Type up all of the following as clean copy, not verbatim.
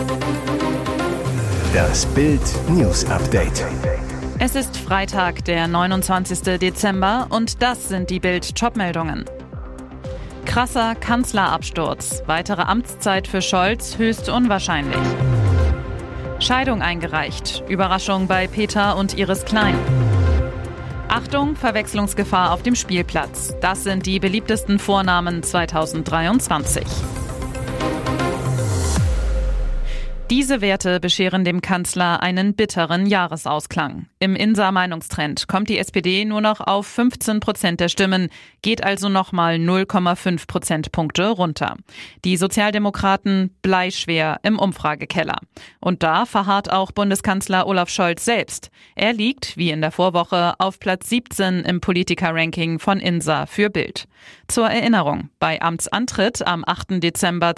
Das Bild News Update. Es ist Freitag, der 29. Dezember und das sind die Bild-Top-Meldungen. Krasser Kanzlerabsturz. Weitere Amtszeit für Scholz höchst unwahrscheinlich. Scheidung eingereicht. Überraschung bei Peter und Iris Klein. Achtung, Verwechslungsgefahr auf dem Spielplatz. Das sind die beliebtesten Vornamen 2023. Diese Werte bescheren dem Kanzler einen bitteren Jahresausklang. Im INSA-Meinungstrend kommt die SPD nur noch auf 15% der Stimmen, geht also nochmal 0,5 Prozentpunkte runter. Die Sozialdemokraten bleischwer im Umfragekeller. Und da verharrt auch Bundeskanzler Olaf Scholz selbst. Er liegt, wie in der Vorwoche, auf Platz 17 im Politiker-Ranking von INSA für Bild. Zur Erinnerung, bei Amtsantritt am 8. Dezember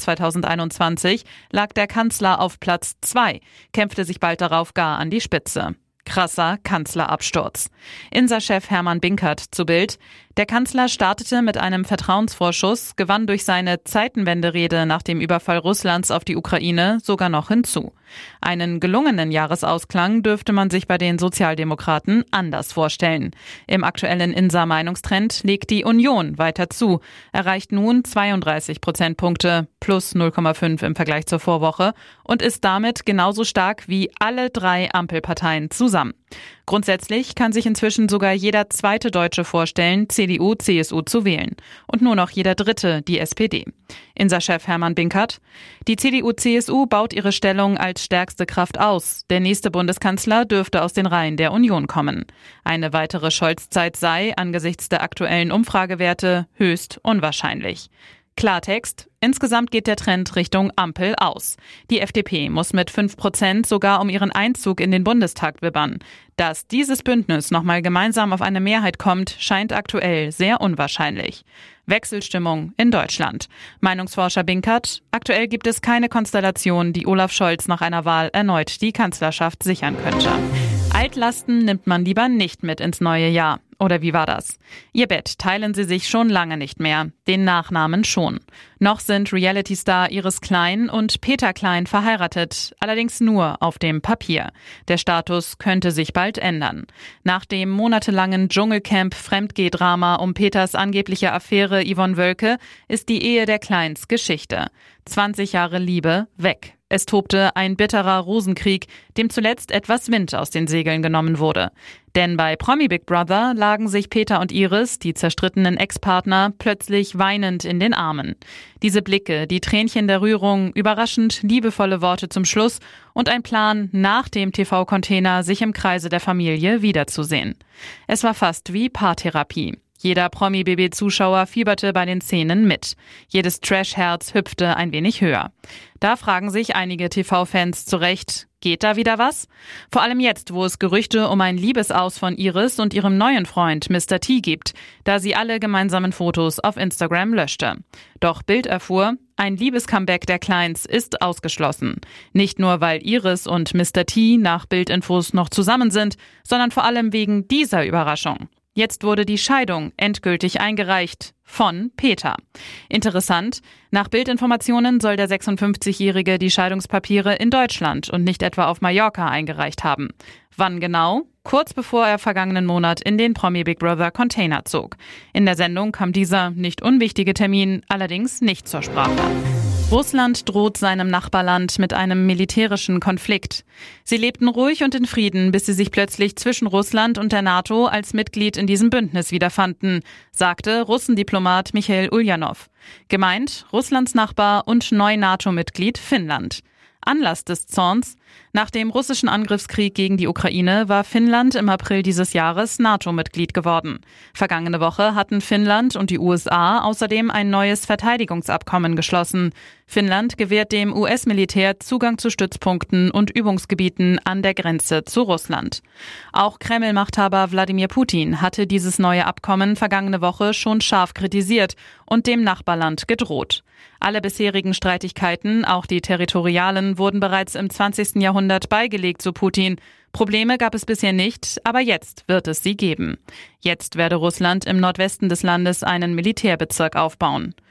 2021 lag der Kanzler auf Platz 2, kämpfte sich bald darauf gar an die Spitze. Krasser Kanzlerabsturz. INSA-Chef Hermann Binkert zu Bild. Der Kanzler startete mit einem Vertrauensvorschuss, gewann durch seine Zeitenwende-Rede nach dem Überfall Russlands auf die Ukraine sogar noch hinzu. Einen gelungenen Jahresausklang dürfte man sich bei den Sozialdemokraten anders vorstellen. Im aktuellen INSA-Meinungstrend legt die Union weiter zu, erreicht nun 32 Prozentpunkte, plus 0,5 im Vergleich zur Vorwoche und ist damit genauso stark wie alle drei Ampelparteien zusammen. Grundsätzlich kann sich inzwischen sogar jeder zweite Deutsche vorstellen, CDU, CSU zu wählen. Und nur noch jeder dritte die SPD. INSA-Chef Hermann Binkert. Die CDU-CSU baut ihre Stellung als stärkste Kraft aus. Der nächste Bundeskanzler dürfte aus den Reihen der Union kommen. Eine weitere Scholz-Zeit sei angesichts der aktuellen Umfragewerte höchst unwahrscheinlich. Klartext: Insgesamt geht der Trend Richtung Ampel aus. Die FDP muss mit 5% sogar um ihren Einzug in den Bundestag wibbern. Dass dieses Bündnis nochmal gemeinsam auf eine Mehrheit kommt, scheint aktuell sehr unwahrscheinlich. Wechselstimmung in Deutschland. Meinungsforscher Binkert: Aktuell gibt es keine Konstellation, die Olaf Scholz nach einer Wahl erneut die Kanzlerschaft sichern könnte. Altlasten nimmt man lieber nicht mit ins neue Jahr. Oder wie war das? Ihr Bett teilen sie sich schon lange nicht mehr, den Nachnamen schon. Noch sind Reality-Star Iris Klein und Peter Klein verheiratet, allerdings nur auf dem Papier. Der Status könnte sich bald ändern. Nach dem monatelangen Dschungelcamp-Fremdgeh-Drama um Peters angebliche Affäre Yvonne Wölke ist die Ehe der Kleins Geschichte. 20 Jahre Liebe weg. Es tobte ein bitterer Rosenkrieg, dem zuletzt etwas Wind aus den Segeln genommen wurde. Denn bei Promi Big Brother lagen sich Peter und Iris, die zerstrittenen Ex-Partner, plötzlich weinend in den Armen. Diese Blicke, die Tränchen der Rührung, überraschend liebevolle Worte zum Schluss und ein Plan, nach dem TV-Container sich im Kreise der Familie wiederzusehen. Es war fast wie Paartherapie. Jeder Promi-BB-Zuschauer fieberte bei den Szenen mit. Jedes Trash-Herz hüpfte ein wenig höher. Da fragen sich einige TV-Fans zu Recht, geht da wieder was? Vor allem jetzt, wo es Gerüchte um ein Liebesaus von Iris und ihrem neuen Freund Mr. T gibt, da sie alle gemeinsamen Fotos auf Instagram löschte. Doch Bild erfuhr, ein Liebescomeback der Kleins ist ausgeschlossen. Nicht nur, weil Iris und Mr. T nach Bildinfos noch zusammen sind, sondern vor allem wegen dieser Überraschung. Jetzt wurde die Scheidung endgültig eingereicht von Peter. Interessant, nach Bildinformationen soll der 56-Jährige die Scheidungspapiere in Deutschland und nicht etwa auf Mallorca eingereicht haben. Wann genau? Kurz bevor er vergangenen Monat in den Promi Big Brother Container zog. In der Sendung kam dieser nicht unwichtige Termin allerdings nicht zur Sprache. Russland droht seinem Nachbarland mit einem militärischen Konflikt. Sie lebten ruhig und in Frieden, bis sie sich plötzlich zwischen Russland und der NATO als Mitglied in diesem Bündnis wiederfanden, sagte Russendiplomat Michail Uljanov. Gemeint Russlands Nachbar und Neu-NATO-Mitglied Finnland. Anlass des Zorns: Nach dem russischen Angriffskrieg gegen die Ukraine war Finnland im April dieses Jahres NATO-Mitglied geworden. Vergangene Woche hatten Finnland und die USA außerdem ein neues Verteidigungsabkommen geschlossen. Finnland gewährt dem US-Militär Zugang zu Stützpunkten und Übungsgebieten an der Grenze zu Russland. Auch Kreml-Machthaber Wladimir Putin hatte dieses neue Abkommen vergangene Woche schon scharf kritisiert und dem Nachbarland gedroht. Alle bisherigen Streitigkeiten, auch die territorialen, wurden bereits im 20. Jahrhundert beigelegt, so Putin. Probleme gab es bisher nicht, aber jetzt wird es sie geben. Jetzt werde Russland im Nordwesten des Landes einen Militärbezirk aufbauen.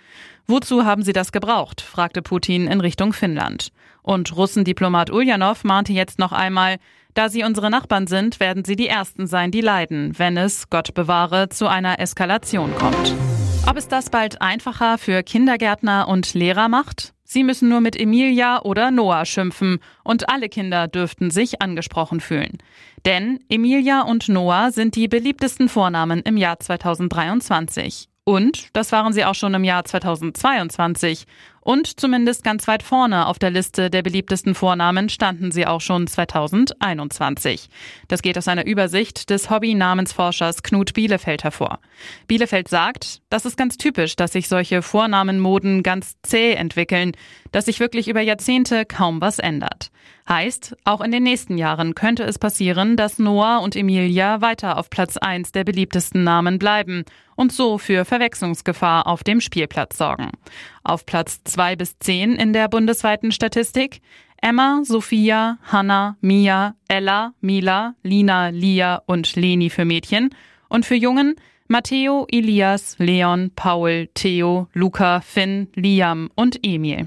Wozu haben sie das gebraucht, fragte Putin in Richtung Finnland. Und Russendiplomat Uljanov mahnte jetzt noch einmal, da sie unsere Nachbarn sind, werden sie die Ersten sein, die leiden, wenn es, Gott bewahre, zu einer Eskalation kommt. Ob es das bald einfacher für Kindergärtner und Lehrer macht? Sie müssen nur mit Emilia oder Noah schimpfen und alle Kinder dürften sich angesprochen fühlen. Denn Emilia und Noah sind die beliebtesten Vornamen im Jahr 2023. Und das waren sie auch schon im Jahr 2022. Und zumindest ganz weit vorne auf der Liste der beliebtesten Vornamen standen sie auch schon 2021. Das geht aus einer Übersicht des Hobby-Namensforschers Knut Bielefeld hervor. Bielefeld sagt, das ist ganz typisch, dass sich solche Vornamenmoden ganz zäh entwickeln, dass sich wirklich über Jahrzehnte kaum was ändert. Heißt, auch in den nächsten Jahren könnte es passieren, dass Noah und Emilia weiter auf Platz 1 der beliebtesten Namen bleiben und so für Verwechslungsgefahr auf dem Spielplatz sorgen. Auf Platz 2 bis 10 in der bundesweiten Statistik Emma, Sophia, Hannah, Mia, Ella, Mila, Lina, Lia und Leni für Mädchen und für Jungen Matteo, Elias, Leon, Paul, Theo, Luca, Finn, Liam und Emil.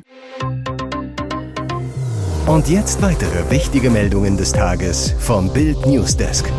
Und jetzt weitere wichtige Meldungen des Tages vom Bild Newsdesk.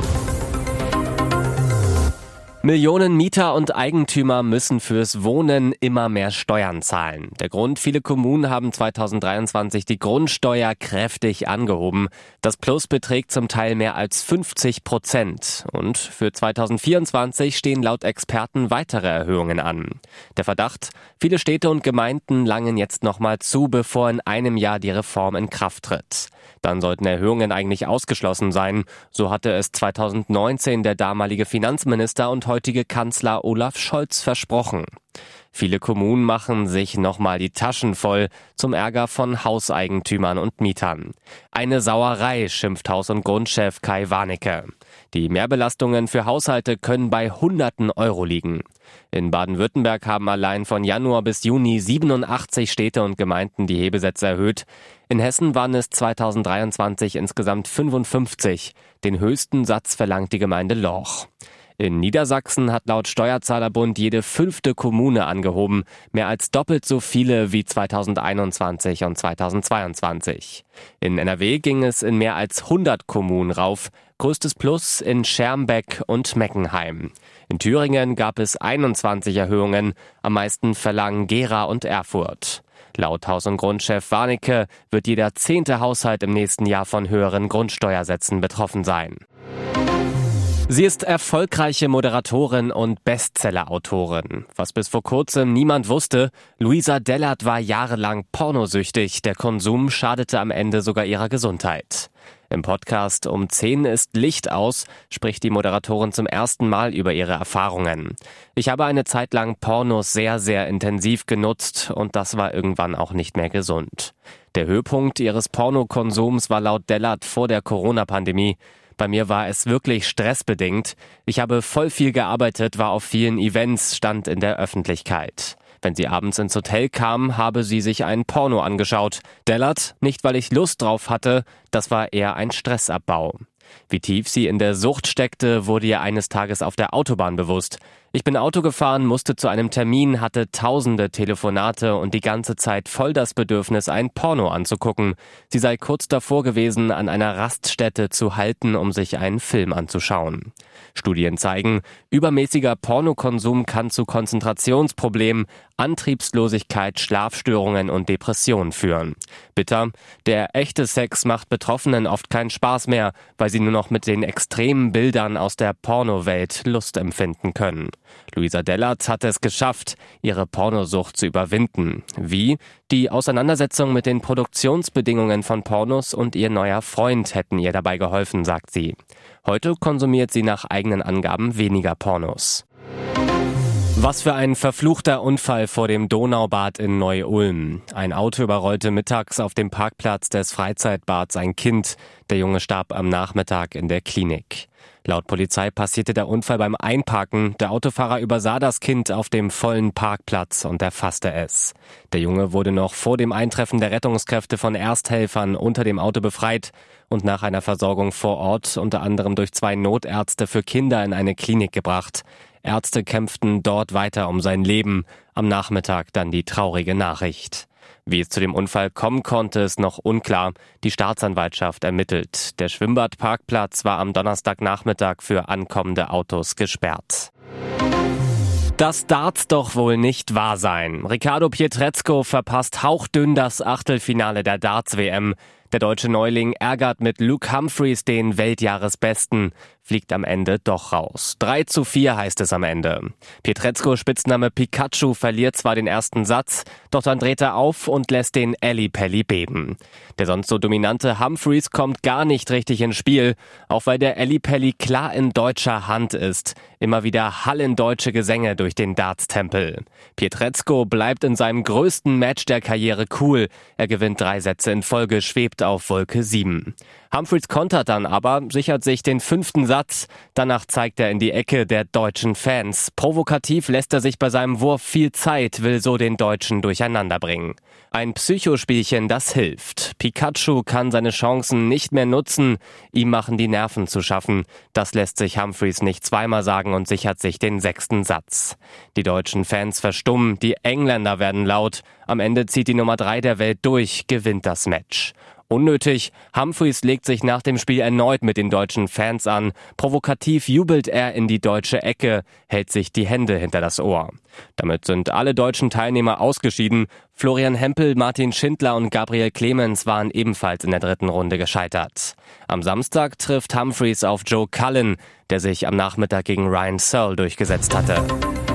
Millionen Mieter und Eigentümer müssen fürs Wohnen immer mehr Steuern zahlen. Der Grund, viele Kommunen haben 2023 die Grundsteuer kräftig angehoben. Das Plus beträgt zum Teil mehr als 50%. Und für 2024 stehen laut Experten weitere Erhöhungen an. Der Verdacht, viele Städte und Gemeinden langen jetzt nochmal zu, bevor in einem Jahr die Reform in Kraft tritt. Dann sollten Erhöhungen eigentlich ausgeschlossen sein. So hatte es 2019 der damalige Finanzminister und heutige Kanzler Olaf Scholz versprochen. Viele Kommunen machen sich nochmal die Taschen voll, zum Ärger von Hauseigentümern und Mietern. Eine Sauerei, schimpft Haus- und Grundchef Kai Warnecke. Die Mehrbelastungen für Haushalte können bei Hunderten Euro liegen. In Baden-Württemberg haben allein von Januar bis Juni 87 Städte und Gemeinden die Hebesätze erhöht. In Hessen waren es 2023 insgesamt 55. Den höchsten Satz verlangt die Gemeinde Lorch. In Niedersachsen hat laut Steuerzahlerbund jede 5. Kommune angehoben, mehr als doppelt so viele wie 2021 und 2022. In NRW ging es in mehr als 100 Kommunen rauf, größtes Plus in Schermbeck und Meckenheim. In Thüringen gab es 21 Erhöhungen, am meisten verlangen Gera und Erfurt. Laut Haus- und Grundchef Warnecke wird jeder 10. Haushalt im nächsten Jahr von höheren Grundsteuersätzen betroffen sein. Sie ist erfolgreiche Moderatorin und Bestseller-Autorin. Was bis vor kurzem niemand wusste, Luisa Dellert war jahrelang pornosüchtig. Der Konsum schadete am Ende sogar ihrer Gesundheit. Im Podcast Um 10 ist Licht aus spricht die Moderatorin zum ersten Mal über ihre Erfahrungen. Ich habe eine Zeit lang Pornos sehr, sehr intensiv genutzt und das war irgendwann auch nicht mehr gesund. Der Höhepunkt ihres Pornokonsums war laut Dellert vor der Corona-Pandemie. Bei mir war es wirklich stressbedingt. Ich habe voll viel gearbeitet, war auf vielen Events, stand in der Öffentlichkeit. Wenn sie abends ins Hotel kam, habe sie sich ein Porno angeschaut. Dellert, nicht weil ich Lust drauf hatte, das war eher ein Stressabbau. Wie tief sie in der Sucht steckte, wurde ihr eines Tages auf der Autobahn bewusst. Ich bin Auto gefahren, musste zu einem Termin, hatte tausende Telefonate und die ganze Zeit voll das Bedürfnis, ein Porno anzugucken. Sie sei kurz davor gewesen, an einer Raststätte zu halten, um sich einen Film anzuschauen. Studien zeigen, übermäßiger Pornokonsum kann zu Konzentrationsproblemen, Antriebslosigkeit, Schlafstörungen und Depressionen führen. Bitter, der echte Sex macht Betroffenen oft keinen Spaß mehr, weil sie nur noch mit den extremen Bildern aus der Pornowelt Lust empfinden können. Luisa Dellert hat es geschafft, ihre Pornosucht zu überwinden. Wie? Die Auseinandersetzung mit den Produktionsbedingungen von Pornos und ihr neuer Freund hätten ihr dabei geholfen, sagt sie. Heute konsumiert sie nach eigenen Angaben weniger Pornos. Was für ein verfluchter Unfall vor dem Donaubad in Neu-Ulm. Ein Auto überrollte mittags auf dem Parkplatz des Freizeitbads ein Kind. Der Junge starb am Nachmittag in der Klinik. Laut Polizei passierte der Unfall beim Einparken. Der Autofahrer übersah das Kind auf dem vollen Parkplatz und erfasste es. Der Junge wurde noch vor dem Eintreffen der Rettungskräfte von Ersthelfern unter dem Auto befreit und nach einer Versorgung vor Ort unter anderem durch 2 Notärzte für Kinder in eine Klinik gebracht. Ärzte kämpften dort weiter um sein Leben. Am Nachmittag dann die traurige Nachricht. Wie es zu dem Unfall kommen konnte, ist noch unklar. Die Staatsanwaltschaft ermittelt. Der Schwimmbadparkplatz war am Donnerstagnachmittag für ankommende Autos gesperrt. Das darf's doch wohl nicht wahr sein. Riccardo Pietrezco verpasst hauchdünn das Achtelfinale der Darts-WM. Der deutsche Neuling ärgert mit Luke Humphries den Weltjahresbesten, fliegt am Ende doch raus. 3:4 heißt es am Ende. Pietrezco, Spitzname Pikachu, verliert zwar den ersten Satz, doch dann dreht er auf und lässt den Ellipelli beben. Der sonst so dominante Humphries kommt gar nicht richtig ins Spiel, auch weil der Ellipelli klar in deutscher Hand ist. Immer wieder hallen deutsche Gesänge durch den Darts-Tempel. Pietrezco bleibt in seinem größten Match der Karriere cool. Er gewinnt 3 Sätze in Folge, schwebt auf Wolke 7. Humphries kontert dann aber, sichert sich den 5. Satz. Danach zeigt er in die Ecke der deutschen Fans. Provokativ lässt er sich bei seinem Wurf viel Zeit, will so den Deutschen durcheinander bringen. Ein Psychospielchen, das hilft. Pikachu kann seine Chancen nicht mehr nutzen. Ihm machen die Nerven zu schaffen. Das lässt sich Humphries nicht zweimal sagen und sichert sich den 6. Satz. Die deutschen Fans verstummen, die Engländer werden laut. Am Ende zieht die Nummer 3 der Welt durch, gewinnt das Match. Unnötig, Humphries legt sich nach dem Spiel erneut mit den deutschen Fans an. Provokativ jubelt er in die deutsche Ecke, hält sich die Hände hinter das Ohr. Damit sind alle deutschen Teilnehmer ausgeschieden. Florian Hempel, Martin Schindler und Gabriel Clemens waren ebenfalls in der 3. Runde gescheitert. Am Samstag trifft Humphries auf Joe Cullen, der sich am Nachmittag gegen Ryan Searle durchgesetzt hatte.